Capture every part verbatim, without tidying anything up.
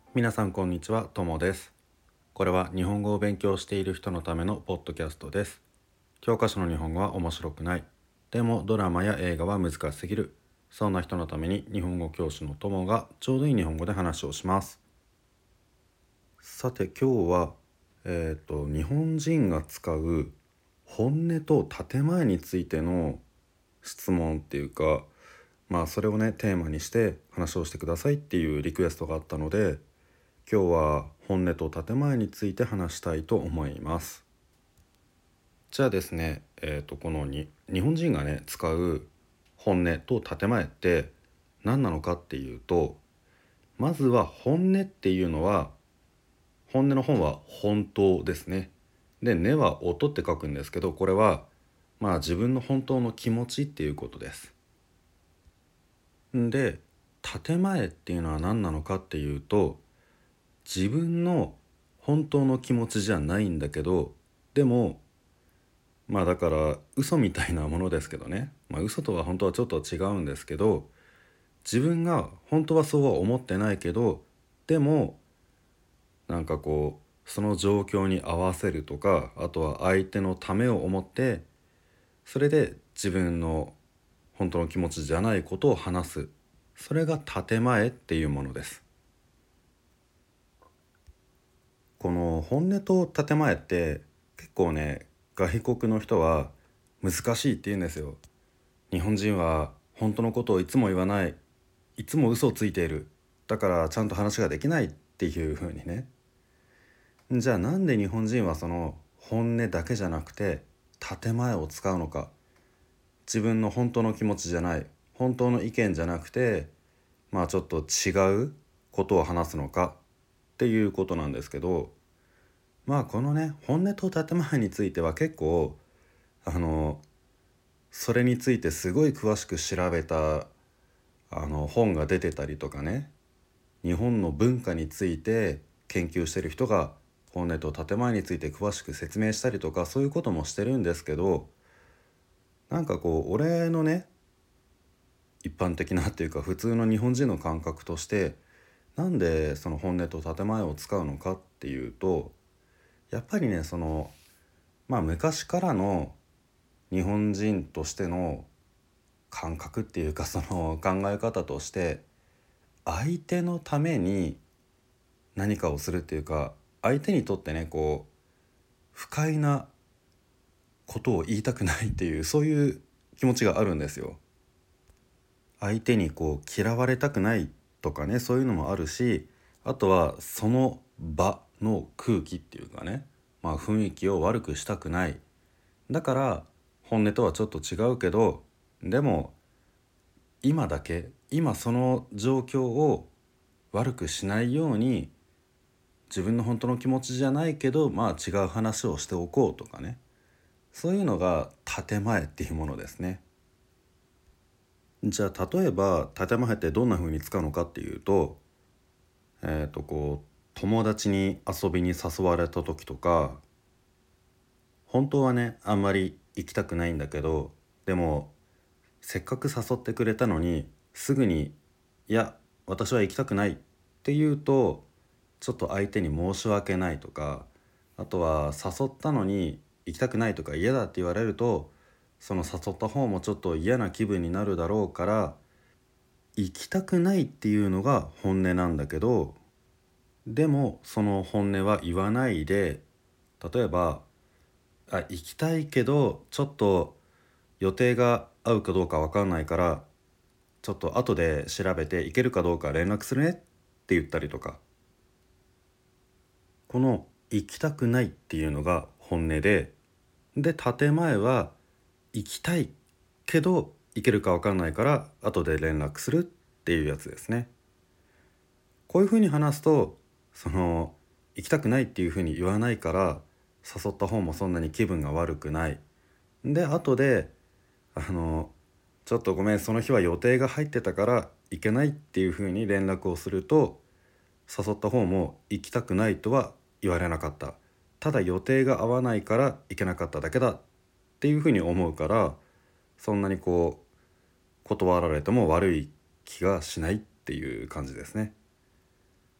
皆さんこんにちは、ともです。これは日本語を勉強している人のためのポッドキャストです。教科書の日本語は面白くない。でもドラマや映画は難しすぎる。そんな人のために日本語教師のともがちょうどいい日本語で話をします。さて今日は、えっと、日本人が使う本音と建前についての質問っていうか、まあそれをねテーマにして話をしてくださいっていうリクエストがあったので、今日は本音と建前について話したいと思います。じゃあですね、えっとこのに日本人がね使う本音と建前って何なのかっていうと、まずは本音っていうのは、本音の本は本当ですね。で、音は音って書くんですけど、これはまあ自分の本当の気持ちっていうことです。んで、建前っていうのは何なのかっていうと、自分の本当の気持ちじゃないんだけど、でもまあだから嘘みたいなものですけどね、まあ嘘とは本当はちょっと違うんですけど、自分が本当はそうは思ってないけど、でもなんかこうその状況に合わせるとか、あとは相手のためを思って、それで自分の本当の気持ちじゃないことを話す、それが建前っていうものです。この本音と建前って結構ね、外国の人は難しいって言うんですよ。日本人は本当のことをいつも言わない、いつも嘘をついている、だからちゃんと話ができないっていう風にね。じゃあなんで日本人はその本音だけじゃなくて建前を使うのか。自分の本当の気持ちじゃない、本当の意見じゃなくて、まあちょっと違うことを話すのかっていうことなんですけど、まあこのね本音と建前については結構あのそれについてすごい詳しく調べたあの本が出てたりとかね、日本の文化について研究してる人が本音と建前について詳しく説明したりとか、そういうこともしてるんですけど、なんかこう俺のね一般的なっていうか普通の日本人の感覚として、なんでその本音と建前を使うのかっていうと、やっぱりねそのまあ昔からの日本人としての感覚っていうか、その考え方として、相手のために何かをするっていうか、相手にとってねこう不快なことを言いたくないっていう、そういう気持ちがあるんですよ。相手にこう嫌われたくないとかね、そういうのもあるし、あとはその場の空気っていうかね、まあ雰囲気を悪くしたくない。だから本音とはちょっと違うけど、でも今だけ今その状況を悪くしないように、自分の本当の気持ちじゃないけどまあ違う話をしておこうとかね、そういうのが建前っていうものですね。じゃあ例えば建前ってどんな風に使うのかっていうと、えっとこう友達に遊びに誘われた時とか、本当はねあんまり行きたくないんだけど、でもせっかく誘ってくれたのにすぐに「いや私は行きたくない」って言うと、ちょっと相手に申し訳ないとか、あとは誘ったのに行きたくないとか嫌だって言われると、その誘った方もちょっと嫌な気分になるだろうから、行きたくないっていうのが本音なんだけど、でもその本音は言わないで、例えばあ行きたいけどちょっと予定が合うかどうかわかんないから、ちょっと後で調べて行けるかどうか連絡するねって言ったりとか、この行きたくないっていうのが本音で、で建前は行きたいけど行けるかわかんないから後で連絡するっていうやつですね。こういうふうに話すと、その行きたくないっていうふうに言わないから、誘った方もそんなに気分が悪くない。で後であのちょっとごめんその日は予定が入ってたから行けないっていうふうに連絡をすると、誘った方も行きたくないとは言われなかった、ただ予定が合わないから行けなかっただけだっていうふうに思うから、そんなにこう断られても悪い気がしないっていう感じですね。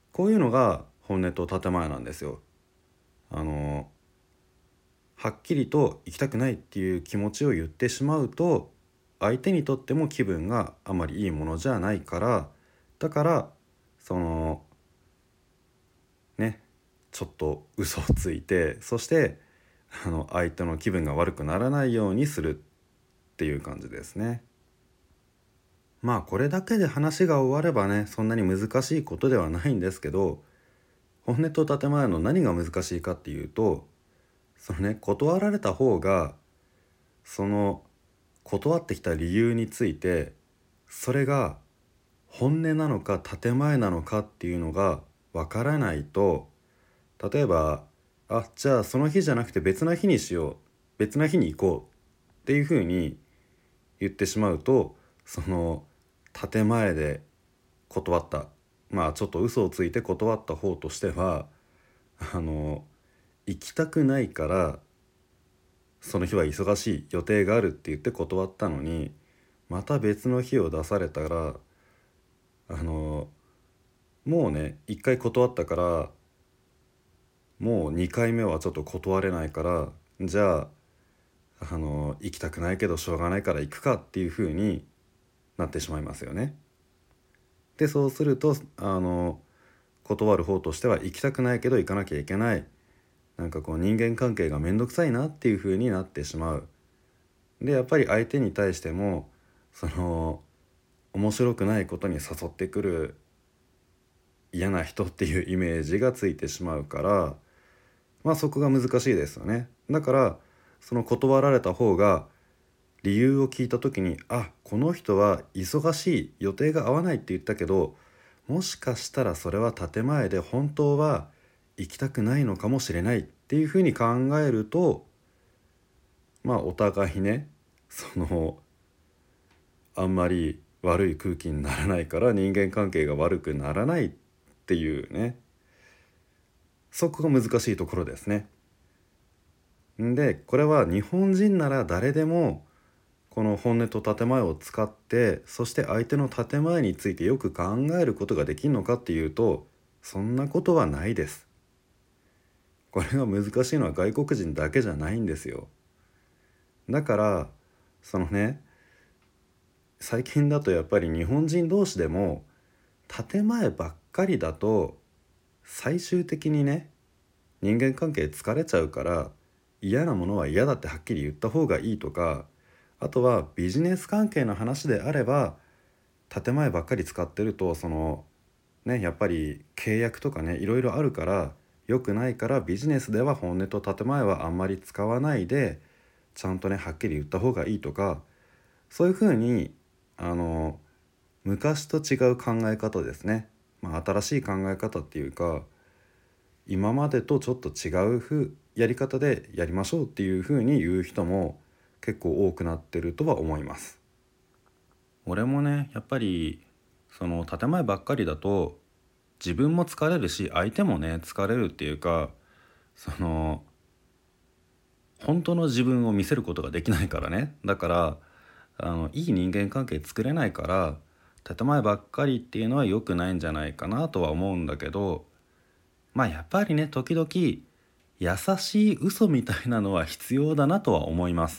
こういうのが本音と建前なんですよ。あのはっきりと行きたくないっていう気持ちを言ってしまうと、相手にとっても気分があまりいいものじゃないから、だからそのねちょっと嘘をついて、そしてあの相手の気分が悪くならないようにするっていう感じですね。まあこれだけで話が終わればね、そんなに難しいことではないんですけど、本音と建前の何が難しいかっていうと、そのね断られた方がその断ってきた理由について、それが本音なのか建前なのかっていうのがわからないと、例えばあじゃあその日じゃなくて別な日にしよう、別な日に行こうっていうふうに言ってしまうと、その建前で断った、まあちょっと嘘をついて断った方としては、あの行きたくないからその日は忙しい予定があるって言って断ったのに、また別の日を出されたら、あのもうねいっかい断ったから、もうにかいめはちょっと断れないから、じゃああの行きたくないけどしょうがないから行くかっていう風になってしまいますよね。でそうするとあの断る方としては行きたくないけど行かなきゃいけない、なんかこう人間関係がめんどくさいなっていう風になってしまう。でやっぱり相手に対してもその面白くないことに誘ってくる嫌な人っていうイメージがついてしまうから、まあそこが難しいですよね。だからその断られた方が理由を聞いた時に、あこの人は忙しい予定が合わないって言ったけど、もしかしたらそれは建前で本当は行きたくないのかもしれないっていうふうに考えると、まあお互いねそのあんまり悪い空気にならないから人間関係が悪くならないっていうね、そこが難しいところですね。んでこれは日本人なら誰でもこの本音と建前を使って、そして相手の建前についてよく考えることができるのかっていうと、そんなことはないです。これが難しいのは外国人だけじゃないんですよ。だからそのね最近だとやっぱり日本人同士でも建前ばっかりだと最終的にね人間関係疲れちゃうから、嫌なものは嫌だってはっきり言った方がいいとか、あとはビジネス関係の話であれば建前ばっかり使ってると、そのねやっぱり契約とかねいろいろあるから良くないから、ビジネスでは本音と建前はあんまり使わないでちゃんとねはっきり言った方がいいとか、そういうふうにあの昔と違う考え方ですね、まあ、新しい考え方っていうか、今までとちょっと違うふやり方でやりましょうっていうふうに言う人も結構多くなってるとは思います。俺もねやっぱりその建前ばっかりだと自分も疲れるし相手もね疲れるっていうか、その本当の自分を見せることができないからね。だからあのいい人間関係作れないから、建前ばっかりっていうのは良くないんじゃないかなとは思うんだけど、まあやっぱりね時々優しい嘘みたいなのは必要だなとは思います。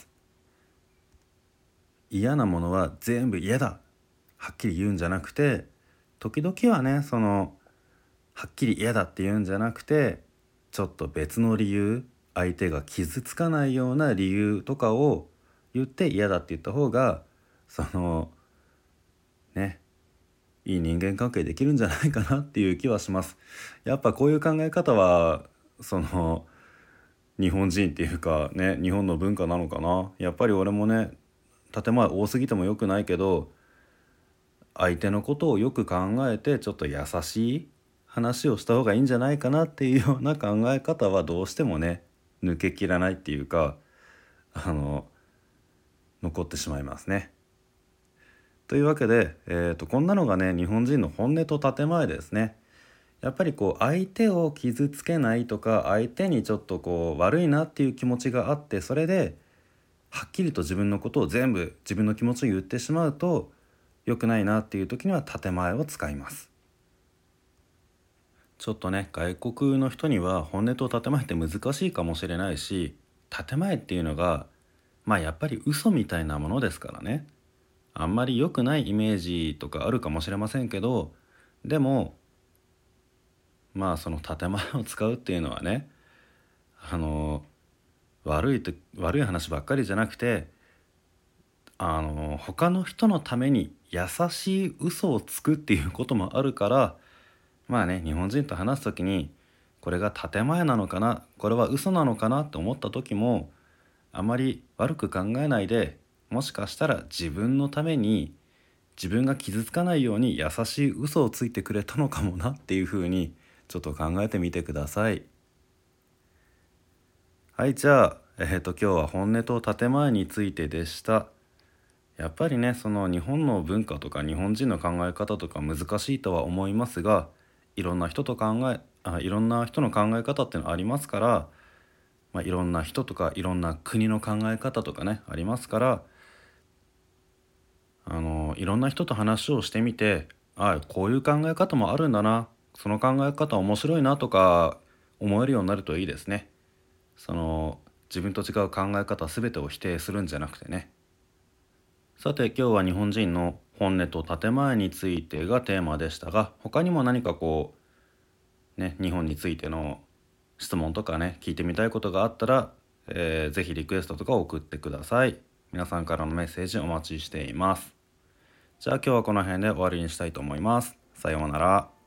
嫌なものは全部嫌だはっきり言うんじゃなくて、時々はねそのはっきり嫌だって言うんじゃなくて、ちょっと別の理由、相手が傷つかないような理由とかを言って嫌だって言った方が、そのねいい人間関係できるんじゃないかなっていう気はします。やっぱこういう考え方はその日本人っていうかね日本の文化なのかな。やっぱり俺もね建前多すぎても良くないけど、相手のことをよく考えてちょっと優しい話をした方がいいんじゃないかなっていうような考え方はどうしてもね抜けきらないっていうか、あの残ってしまいますね。というわけで、えーと、こんなのがね日本人の本音と建前ですね。やっぱりこう相手を傷つけないとか、相手にちょっとこう悪いなっていう気持ちがあって、それではっきりと自分のことを全部自分の気持ちを言ってしまうと良くないなっていう時には建前を使います。 ちょっとね、外国の人には本音と建前って難しいかもしれないし、建前っていうのがまあやっぱり嘘みたいなものですからね。あんまり良くないイメージとかあるかもしれませんけど、でもまあその建前を使うっていうのはね、あの悪いと悪い話ばっかりじゃなくて、あの他の人のために優しい嘘をつくっていうこともあるから、まあね、日本人と話す時にこれが建前なのかな、これは嘘なのかなって思った時も、あまり悪く考えないで、もしかしたら自分のために自分が傷つかないように優しい嘘をついてくれたのかもなっていうふうにちょっと考えてみてください。はい、じゃあ、えっと今日は本音と建前についてでした。やっぱりね、その日本の文化とか日本人の考え方とか難しいとは思いますが、いろんな人と考えあいろんな人の考え方っていうのありますから、まあ、いろんな人とかいろんな国の考え方とかねありますから、あのいろんな人と話をしてみて、あこういう考え方もあるんだな、その考え方面白いなとか思えるようになるといいですね。その自分と違う考え方全てを否定するんじゃなくてね。さて今日は日本人の本音と建前についてがテーマでしたが、他にも何かこうね、日本についての質問とかね聞いてみたいことがあったら、えー、ぜひリクエストとか送ってください。皆さんからのメッセージお待ちしています。じゃあ今日はこの辺で終わりにしたいと思います。さようなら。